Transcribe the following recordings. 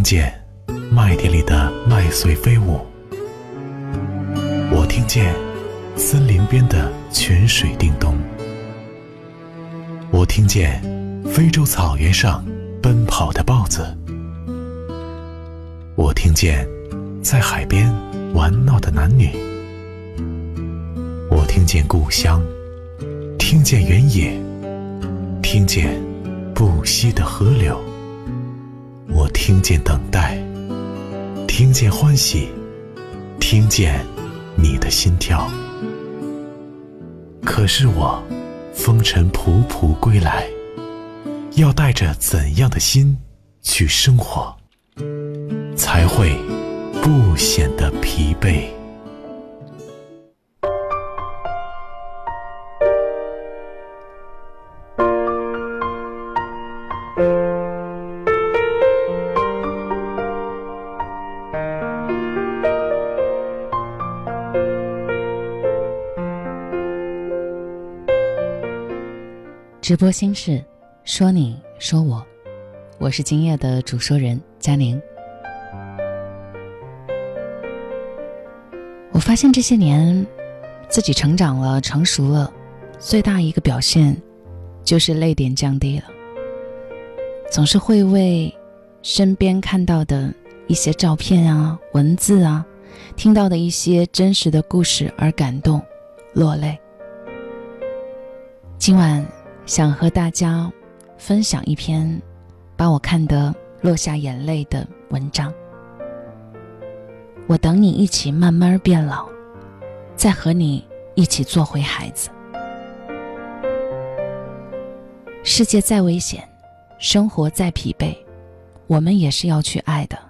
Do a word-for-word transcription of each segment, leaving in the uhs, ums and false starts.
见麦田里的麦穗飞舞，我听见森林边的泉水叮咚，我听见非洲草原上奔跑的豹子，我听见在海边玩闹的男女，我听见故乡，听见原野，听见不息的河流，我听见等待，听见欢喜，听见你的心跳。可是我风尘仆仆归来，要带着怎样的心去生活，才会不显得疲惫？ 直播心事，说你说我，我是今夜的主说人佳宁。我发现这些年自己成长了，成熟了，最大一个表现就是泪点降低了，总是会为身边看到的一些照片啊、文字啊，听到的一些真实的故事而感动落泪。今晚想和大家分享一篇把我看得落下眼泪的文章。我等你一起慢慢变老，再和你一起做回孩子。世界再危险，生活再疲惫，我们也是要去爱的。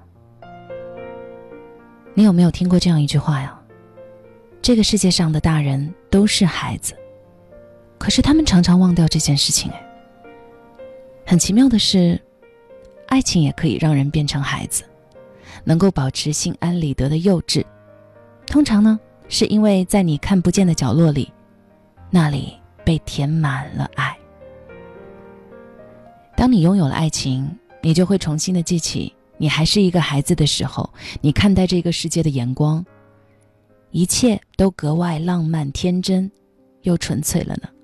你有没有听过这样一句话呀？这个世界上的大人都是孩子，可是他们常常忘掉这件事情。哎，很奇妙的是，爱情也可以让人变成孩子，能够保持心安理得的幼稚。通常呢，是因为在你看不见的角落里，那里被填满了爱。当你拥有了爱情，你就会重新的记起你还是一个孩子的时候，你看待这个世界的眼光，一切都格外浪漫天真又纯粹了呢。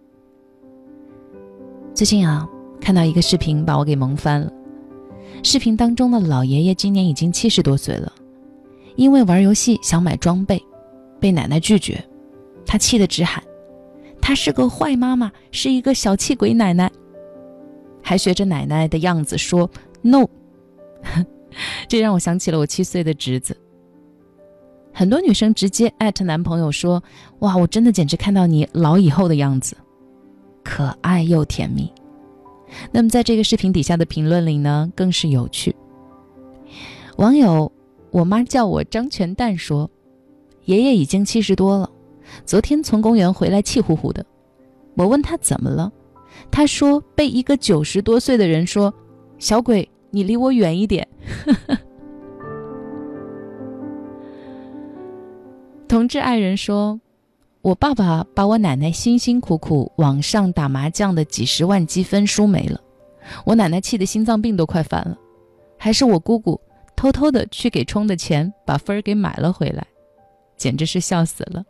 最近啊，看到一个视频把我给萌翻了。视频当中的老爷爷今年已经七十多岁了，因为玩游戏想买装备，被奶奶拒绝，他气得直喊：“她是个坏妈妈，是一个小气鬼奶奶。”还学着奶奶的样子说 “no”。这让我想起了我七岁的侄子。很多女生直接艾特男朋友说：“哇，我真的简直看到你老以后的样子。”可爱又甜蜜。那么在这个视频底下的评论里呢，更是有趣。网友我妈叫我张全蛋说，爷爷已经七十多了，昨天从公园回来气呼呼的。我问他怎么了，他说被一个九十多岁的人说：“小鬼，你离我远一点。”同志爱人说，我爸爸把我奶奶辛辛苦苦网上打麻将的几十万积分输没了，我奶奶气得心脏病都快犯了，还是我姑姑偷偷的去给充的钱把分儿给买了回来，简直是笑死了。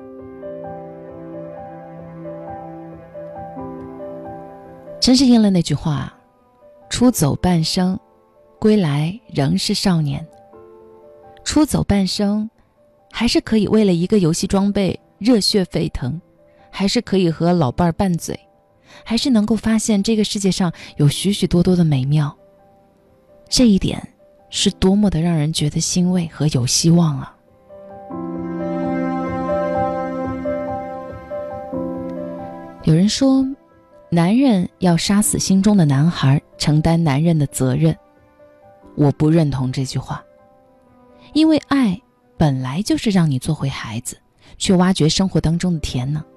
真是应了那句话，出走半生，归来仍是少年。出走半生，还是可以为了一个游戏装备热血沸腾，还是可以和老伴儿拌嘴，还是能够发现这个世界上有许许多多的美妙。这一点是多么的让人觉得欣慰和有希望啊！有人说，男人要杀死心中的男孩，承担男人的责任。我不认同这句话，因为爱本来就是让你做回孩子，去挖掘生活当中的甜呢。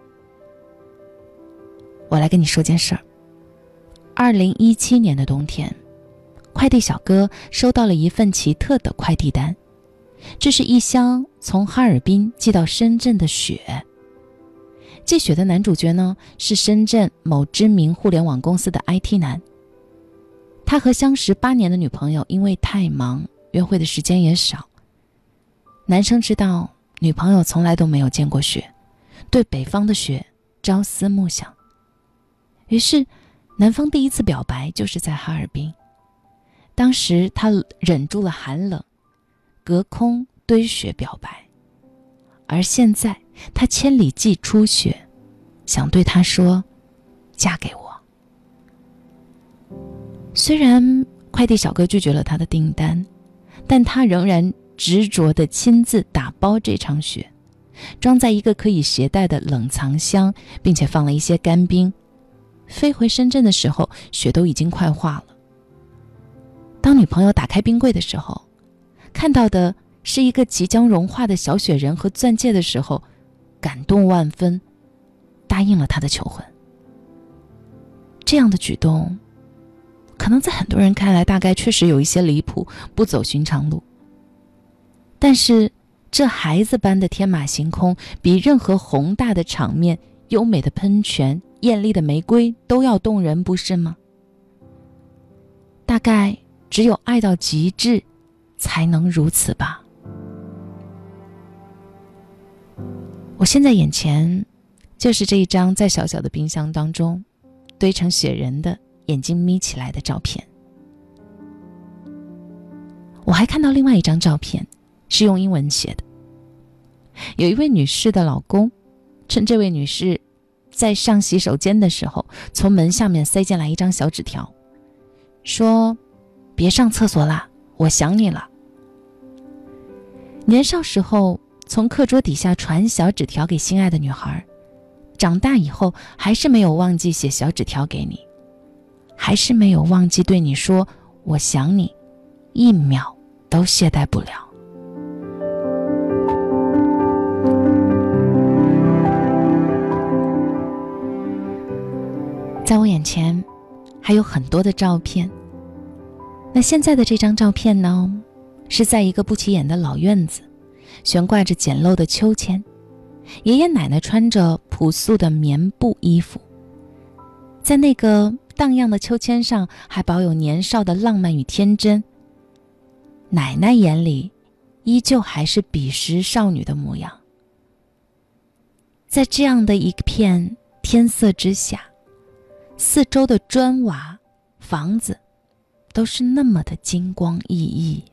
我来跟你说件事儿。二零一七年的冬天，快递小哥收到了一份奇特的快递单，这是一箱从哈尔滨寄到深圳的雪。寄雪的男主角呢，是深圳某知名互联网公司的 I T 男。他他和相识八年的女朋友因为太忙，约会的时间也少。男生知道女朋友从来都没有见过雪，对北方的雪朝思暮想。于是男方第一次表白就是在哈尔滨。当时他忍住了寒冷，隔空堆雪表白。而现在他千里寄初雪，想对他说，嫁给我。虽然快递小哥拒绝了他的订单，但他仍然执着地亲自打包这场雪，装在一个可以携带的冷藏箱，并且放了一些干冰。飞回深圳的时候，雪都已经快化了。当女朋友打开冰柜的时候，看到的是一个即将融化的小雪人和钻戒的时候，感动万分，答应了他的求婚。这样的举动可能在很多人看来大概确实有一些离谱，不走寻常路。但是这孩子般的天马行空，比任何宏大的场面、优美的喷泉、艳丽的玫瑰都要动人，不是吗？大概只有爱到极致才能如此吧。我现在眼前就是这一张在小小的冰箱当中堆成雪人的眼睛眯起来的照片。我还看到另外一张照片，是用英文写的。有一位女士的老公趁这位女士在上洗手间的时候，从门下面塞进来一张小纸条，说别上厕所啦，我想你了。年少时候从课桌底下传小纸条给心爱的女孩，长大以后还是没有忘记写小纸条给你，还是没有忘记对你说我想你，一秒都懈怠不了。在我眼前还有很多的照片，那现在的这张照片呢，是在一个不起眼的老院子，悬挂着简陋的秋千，爷爷奶奶穿着朴素的棉布衣服，在那个荡漾的秋千上还保有年少的浪漫与天真。奶奶眼里依旧还是彼时少女的模样。在这样的一片天色之下，四周的砖瓦房子都是那么的金光熠熠。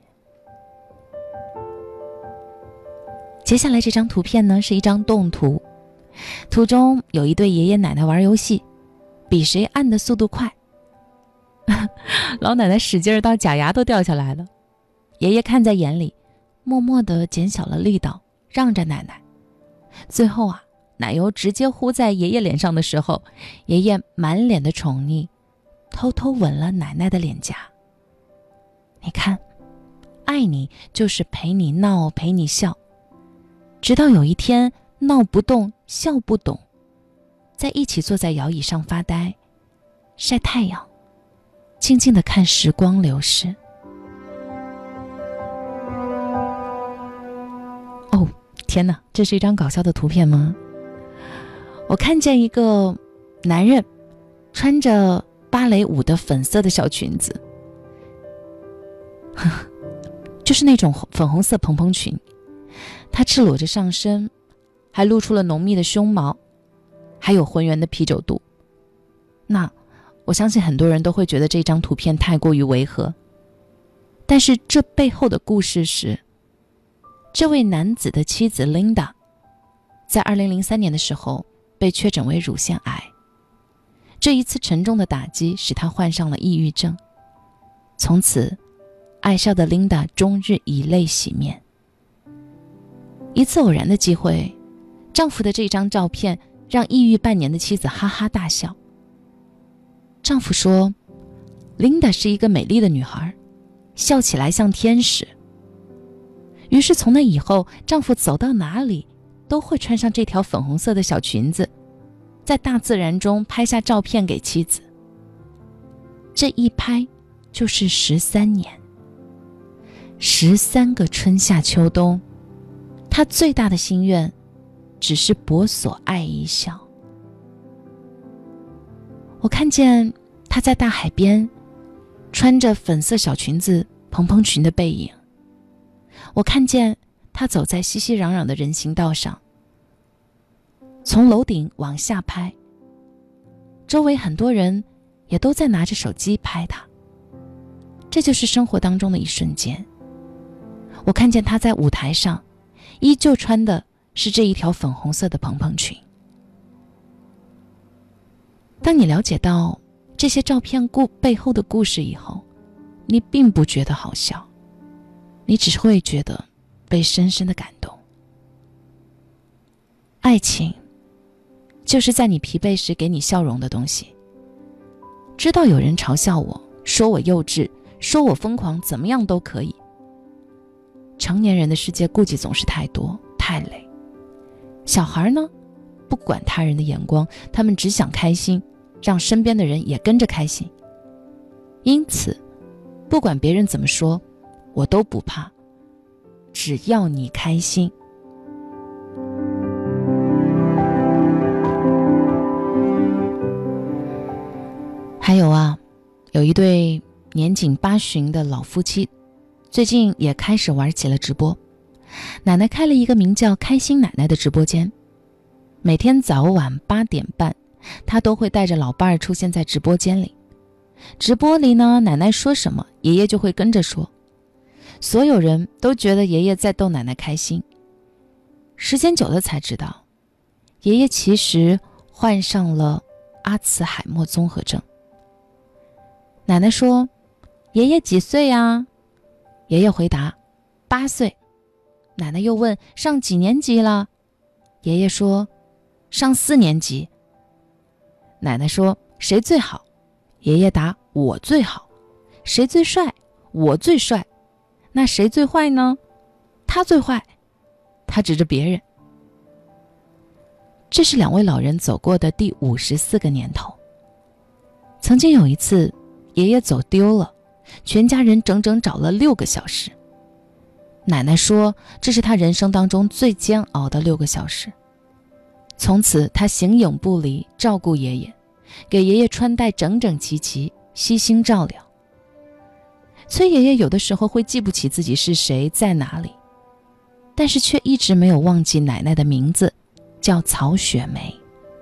接下来这张图片呢，是一张动图，图中有一对爷爷奶奶玩游戏，比谁按的速度快。老奶奶使劲到假牙都掉下来了，爷爷看在眼里，默默地减小了力道，让着奶奶。最后啊，奶油直接糊在爷爷脸上的时候，爷爷满脸的宠溺，偷偷吻了奶奶的脸颊。你看，爱你就是陪你闹，陪你笑，直到有一天闹不动，笑不懂，在一起坐在摇椅上发呆，晒太阳，静静地看时光流逝。哦，天哪，这是一张搞笑的图片吗？我看见一个男人穿着芭蕾舞的粉色的小裙子，就是那种粉红色蓬蓬裙，他赤裸着上身，还露出了浓密的胸毛，还有浑圆的啤酒肚。那我相信很多人都会觉得这张图片太过于违和，但是这背后的故事是，这位男子的妻子 Linda 在二零零三年的时候被确诊为乳腺癌，这一次沉重的打击使她患上了抑郁症。从此爱笑的 Linda 终日以泪洗面。一次偶然的机会，丈夫的这张照片让抑郁半年的妻子哈哈大笑。丈夫说 Linda 是一个美丽的女孩，笑起来像天使。于是从那以后，丈夫走到哪里都会穿上这条粉红色的小裙子，在大自然中拍下照片给妻子。这一拍就是十三年，十三个春夏秋冬，他最大的心愿只是博所爱一笑。我看见他在大海边穿着粉色小裙子蓬蓬裙的背影。我看见她走在熙熙攘攘的人行道上，从楼顶往下拍，周围很多人也都在拿着手机拍她。这就是生活当中的一瞬间。我看见她在舞台上依旧穿的是这一条粉红色的蓬蓬裙。当你了解到这些照片故背后的故事以后，你并不觉得好笑，你只会觉得被深深的感动。爱情就是在你疲惫时给你笑容的东西。知道有人嘲笑我，说我幼稚，说我疯狂，怎么样都可以。成年人的世界顾忌总是太多太累，小孩呢，不管他人的眼光，他们只想开心，让身边的人也跟着开心。因此不管别人怎么说，我都不怕，只要你开心。还有啊，有一对年仅八旬的老夫妻，最近也开始玩起了直播。奶奶开了一个名叫开心奶奶的直播间，每天早晚八点半，她都会带着老伴儿出现在直播间里。直播里呢，奶奶说什么，爷爷就会跟着说。所有人都觉得爷爷在逗奶奶开心。时间久了才知道，爷爷其实患上了阿茨海默综合症。奶奶说：“爷爷几岁呀？”爷爷回答：“八岁。”奶奶又问：“上几年级了？”爷爷说：“上四年级。”奶奶说：“谁最好？”爷爷答：“我最好。”“谁最帅？”“我最帅。”“那谁最坏呢？”“他最坏。”他指着别人。这是两位老人走过的第五十四个年头。曾经有一次，爷爷走丢了，全家人整整找了六个小时。奶奶说，这是她人生当中最煎熬的六个小时。从此她形影不离，照顾爷爷，给爷爷穿戴整整齐齐，悉心照料。崔爷爷有的时候会记不起自己是谁，在哪里，但是却一直没有忘记奶奶的名字，叫曹雪梅。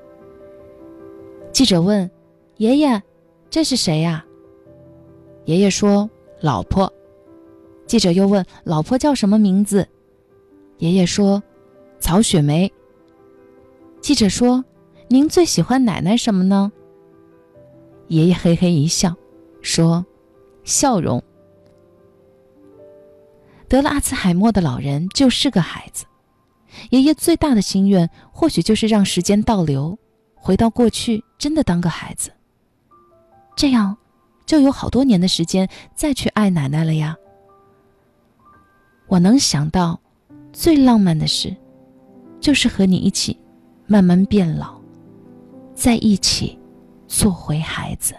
记者问：“爷爷，这是谁呀？”爷爷说：“老婆。”记者又问：“老婆叫什么名字？”爷爷说：“曹雪梅。”记者说：“您最喜欢奶奶什么呢？”爷爷嘿嘿一笑，说：“笑容。”得了阿兹海默的老人就是个孩子，爷爷最大的心愿或许就是让时间倒流，回到过去，真的当个孩子，这样就有好多年的时间再去爱奶奶了呀。我能想到最浪漫的事，就是和你一起慢慢变老，在一起做回孩子。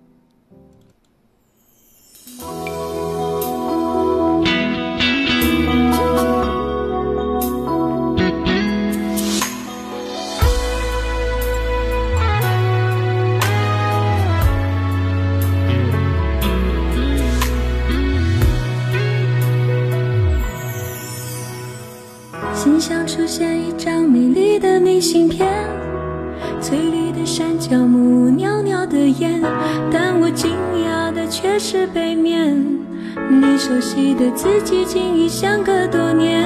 心上出现一张美丽的明信片，翠绿的山脚木，袅袅的烟，但我惊讶的却是背面，你熟悉的字迹竟已相隔多年。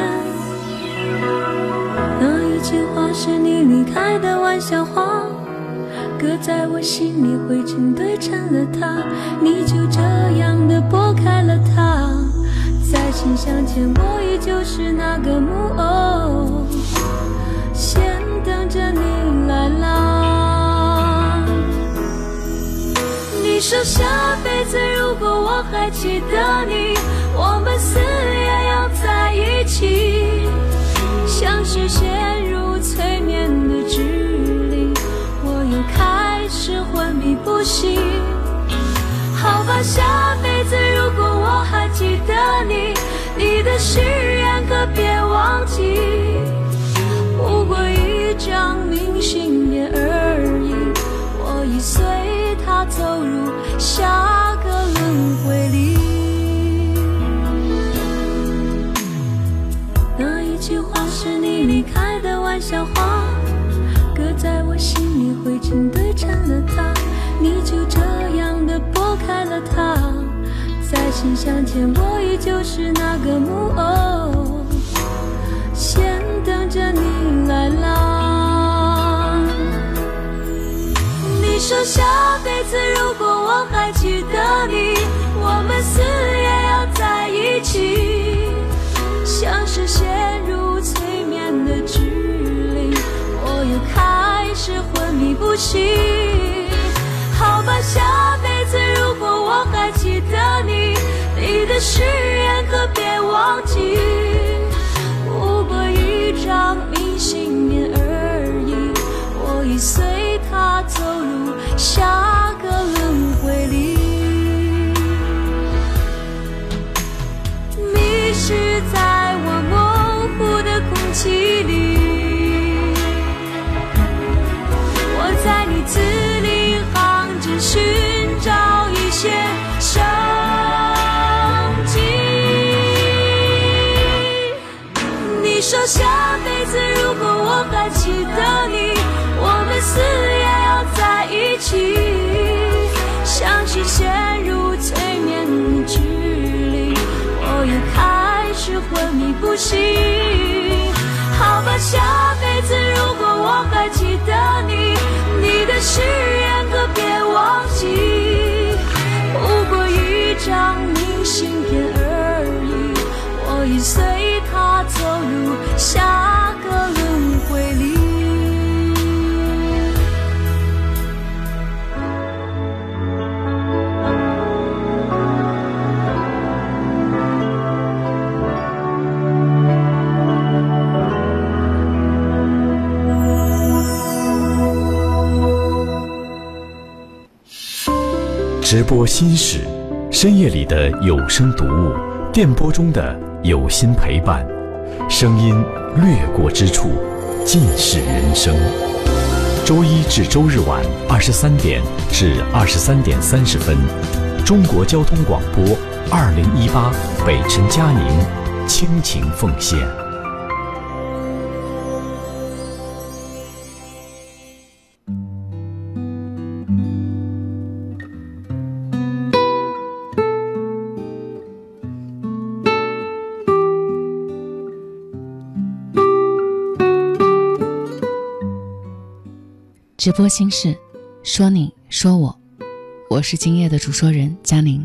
那一句话是你离开的玩笑话，搁在我心里灰尘堆成了塔，你就这样的拨开了它。在信箱前我依旧是那个木偶，先等着你来啦。你说下辈子如果我还记得你，我们死也要在一起。像是陷入催眠的指令，我又开始昏迷不醒。好吧，下辈子如果我还记得你，你的誓言可别忘记，不过一张明信片而已，我已随它走入下个轮灰尘堆成了塔，你就这样的拨开了它，在心相牵，我依旧是那个木偶，先等着你来啦。你说下辈子如果我还记得你，我们死也要在一起，像是陷入催眠的指令，我又开始昏迷不醒。好吧，下辈子如果我还记得你，你的誓言可别忘记，不过一张明信片而已，我已随它走入下个轮回里，迷失在我模糊的空气里，我在你字里行间寻找一些生机。你说下辈子如果我还记得你，我们死也要在一起，像是陷入催眠的指令，我又开始昏迷不醒。好吧，下辈子如果我还记得你，你的誓言可别忘记，不过一张明信片而已，我已随它走入下个轮回里。 直播心事，深夜里的有声读物，电波中的有心陪伴，声音掠过之处，尽是人生。周一至周日晚二十三点至二十三点三十分，中国交通广播二零一八北辰嘉宁倾情奉献。 直播心事，说你说我，我是今夜的主说人佳宁。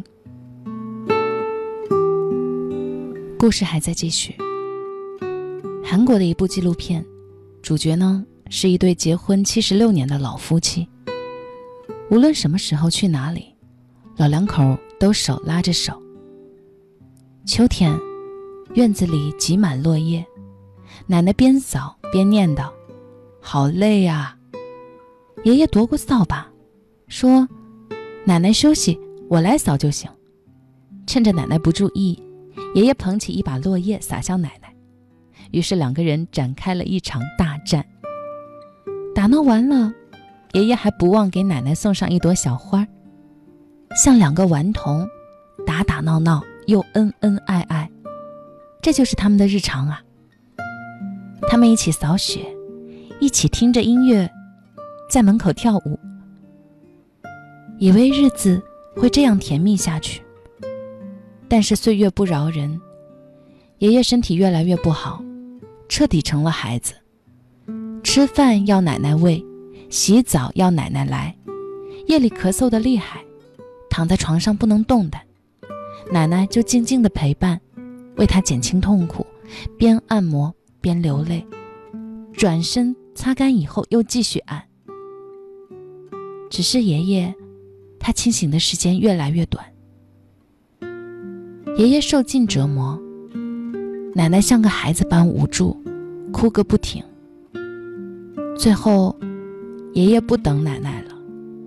故事还在继续。韩国的一部纪录片，主角呢是一对结婚七十六年的老夫妻。无论什么时候去哪里，老两口都手拉着手。秋天，院子里挤满落叶，奶奶边扫边念叨：“好累呀。”爷爷夺过扫把，说：“奶奶休息，我来扫就行。”趁着奶奶不注意，爷爷捧起一把落叶撒向奶奶，于是两个人展开了一场大战。打闹完了，爷爷还不忘给奶奶送上一朵小花，像两个顽童，打打闹闹又恩恩爱爱，这就是他们的日常啊。他们一起扫雪，一起听着音乐在门口跳舞，以为日子会这样甜蜜下去。但是岁月不饶人，爷爷身体越来越不好，彻底成了孩子。吃饭要奶奶喂，洗澡要奶奶来，夜里咳嗽得厉害，躺在床上不能动弹，奶奶就静静地陪伴，为他减轻痛苦，边按摩边流泪，转身擦干以后又继续按。只是爷爷，他清醒的时间越来越短。爷爷受尽折磨，奶奶像个孩子般无助，哭个不停。最后，爷爷不等奶奶了。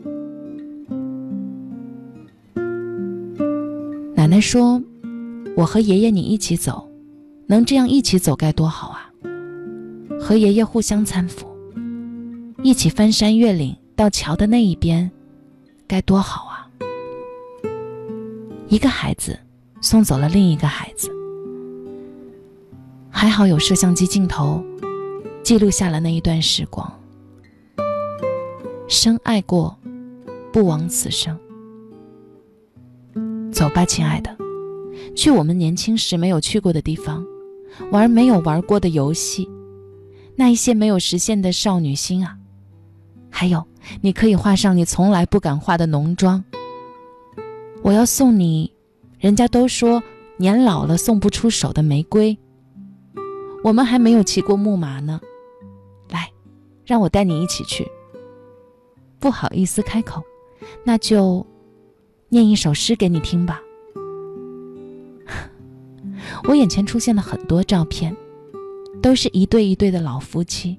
奶奶说：“我和爷爷你一起走，能这样一起走该多好啊！和爷爷互相搀扶，一起翻山越岭到桥的那一边，该多好啊！”一个孩子送走了另一个孩子，还好有摄像机镜头记录下了那一段时光。 深爱过，不枉此生。走吧，亲爱的，去我们年轻时没有去过的地方，玩没有玩过的游戏，那一些没有实现的少女心啊。还有，你可以画上你从来不敢画的浓妆。我要送你，人家都说年老了送不出手的玫瑰。我们还没有骑过木马呢，来，让我带你一起去。不好意思开口，那就念一首诗给你听吧。我眼前出现了很多照片，都是一对一对的老夫妻。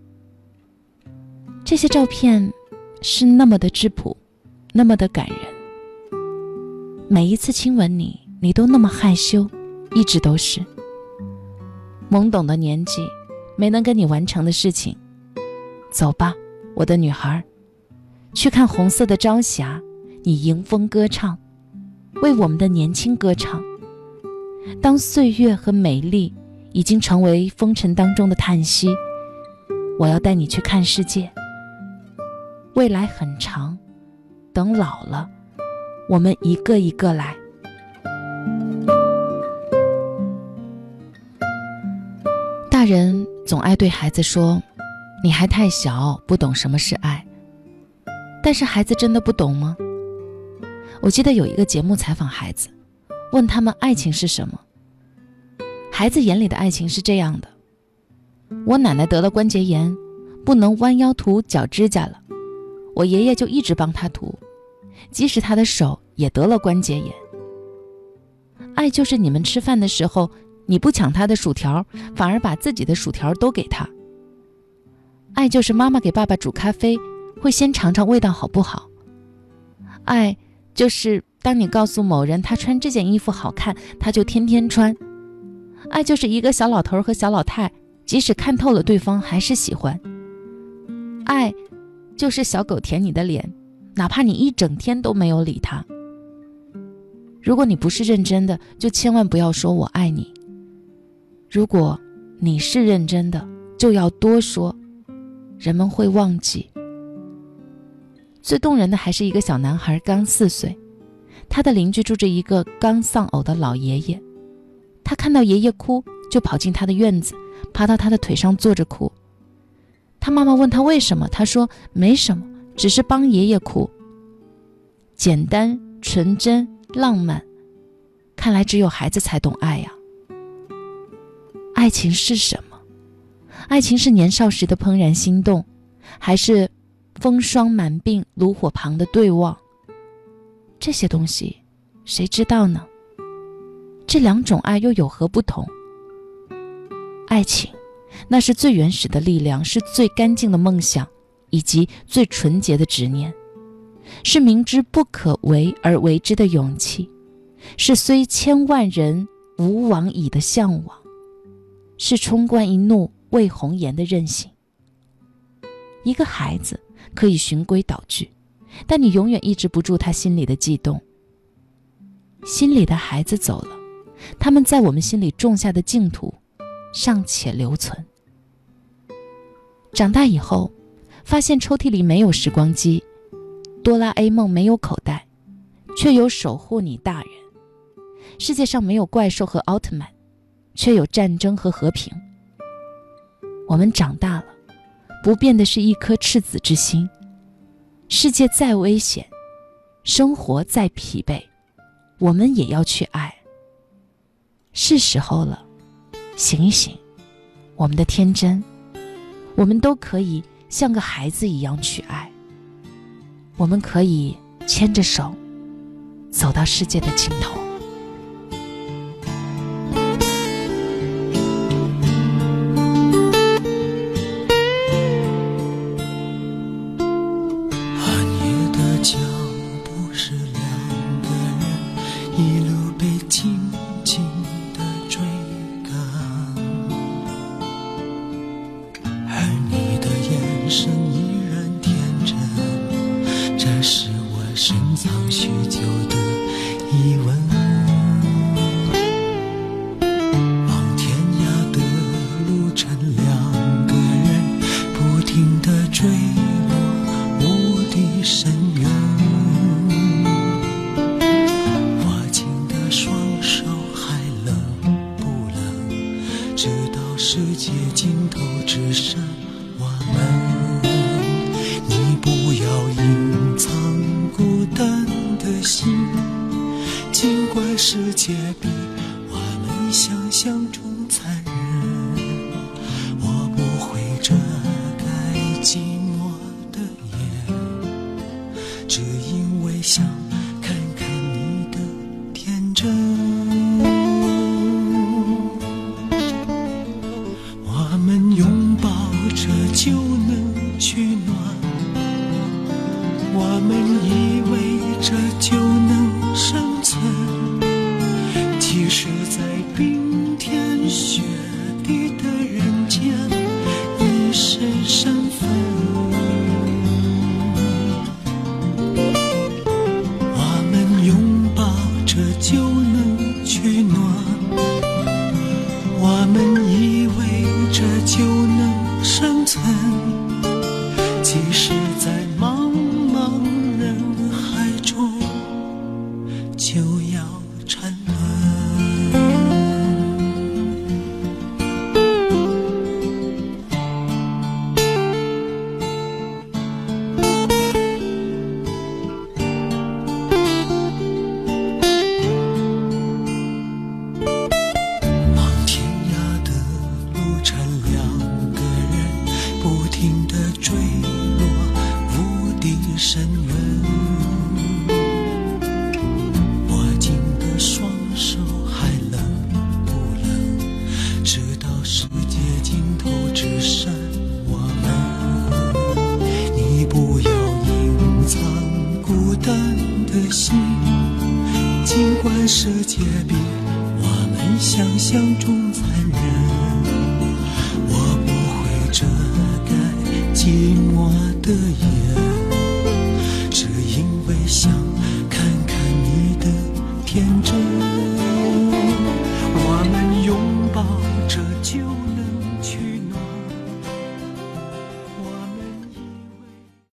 这些照片是那么的质朴，那么的感人。每一次亲吻你，你都那么害羞，一直都是。懵懂的年纪，没能跟你完成的事情。走吧，我的女孩，去看红色的朝霞，你迎风歌唱，为我们的年轻歌唱。当岁月和美丽已经成为风尘当中的叹息，我要带你去看世界。未来很长，等老了，我们一个一个来。大人总爱对孩子说，你还太小，不懂什么是爱。但是孩子真的不懂吗？我记得有一个节目采访孩子，问他们爱情是什么。孩子眼里的爱情是这样的：我奶奶得了关节炎，不能弯腰涂脚指甲了，我爷爷就一直帮她涂，即使她的手也得了关节炎。爱就是你们吃饭的时候，你不抢他的薯条，反而把自己的薯条都给他。爱就是妈妈给爸爸煮咖啡，会先尝尝味道好不好。爱就是当你告诉某人他穿这件衣服好看，他就天天穿。爱就是一个小老头和小老太，即使看透了对方还是喜欢。爱就是小狗舔你的脸，哪怕你一整天都没有理他。如果你不是认真的，就千万不要说我爱你。如果你是认真的，就要多说，人们会忘记。最动人的还是一个小男孩，刚四岁，他的邻居住着一个刚丧偶的老爷爷，他看到爷爷哭，就跑进他的院子，爬到他的腿上坐着哭。他妈妈问他为什么，他说没什么，只是帮爷爷哭。简单、纯真、浪漫，看来只有孩子才懂爱呀。爱情是什么？爱情是年少时的怦然心动，还是风霜满鬓炉火旁的对望？这些东西谁知道呢？这两种爱又有何不同？爱情，那是最原始的力量，是最干净的梦想，以及最纯洁的执念，是明知不可为而为之的勇气，是虽千万人吾往矣的向往，是冲冠一怒为红颜的任性。一个孩子可以循规蹈矩，但你永远抑制不住他心里的悸动。心里的孩子走了，他们在我们心里种下的净土尚且留存。长大以后，发现抽屉里没有时光机，哆啦 A 梦没有口袋，却有守护你大人。世界上没有怪兽和奥特曼，却有战争和和平。我们长大了，不变的是一颗赤子之心。世界再危险，生活再疲惫，我们也要去爱。是时候了，醒一醒，我们的天真，我们都可以像个孩子一样去爱。我们可以牵着手，走到世界的尽头。 追落无管世界比我们想象中残忍，我不会遮盖寂寞的眼，只因为想看看你的天真。我们拥抱着就能取暖，我们以为这就能生存，其实在冰天雪地的人间已是身份。我们拥抱着就能取暖，我们以为这就能生存，其实在茫茫人海中就要沉沦。望天涯的路程，两个人不停地坠落无底深渊，握紧的双手还冷不冷？直到世界尽头只剩我们。你不要隐藏孤单的心，尽管世界比我们想象中残忍，我不会遮盖寂寞的眼，只因为想看看你的天真。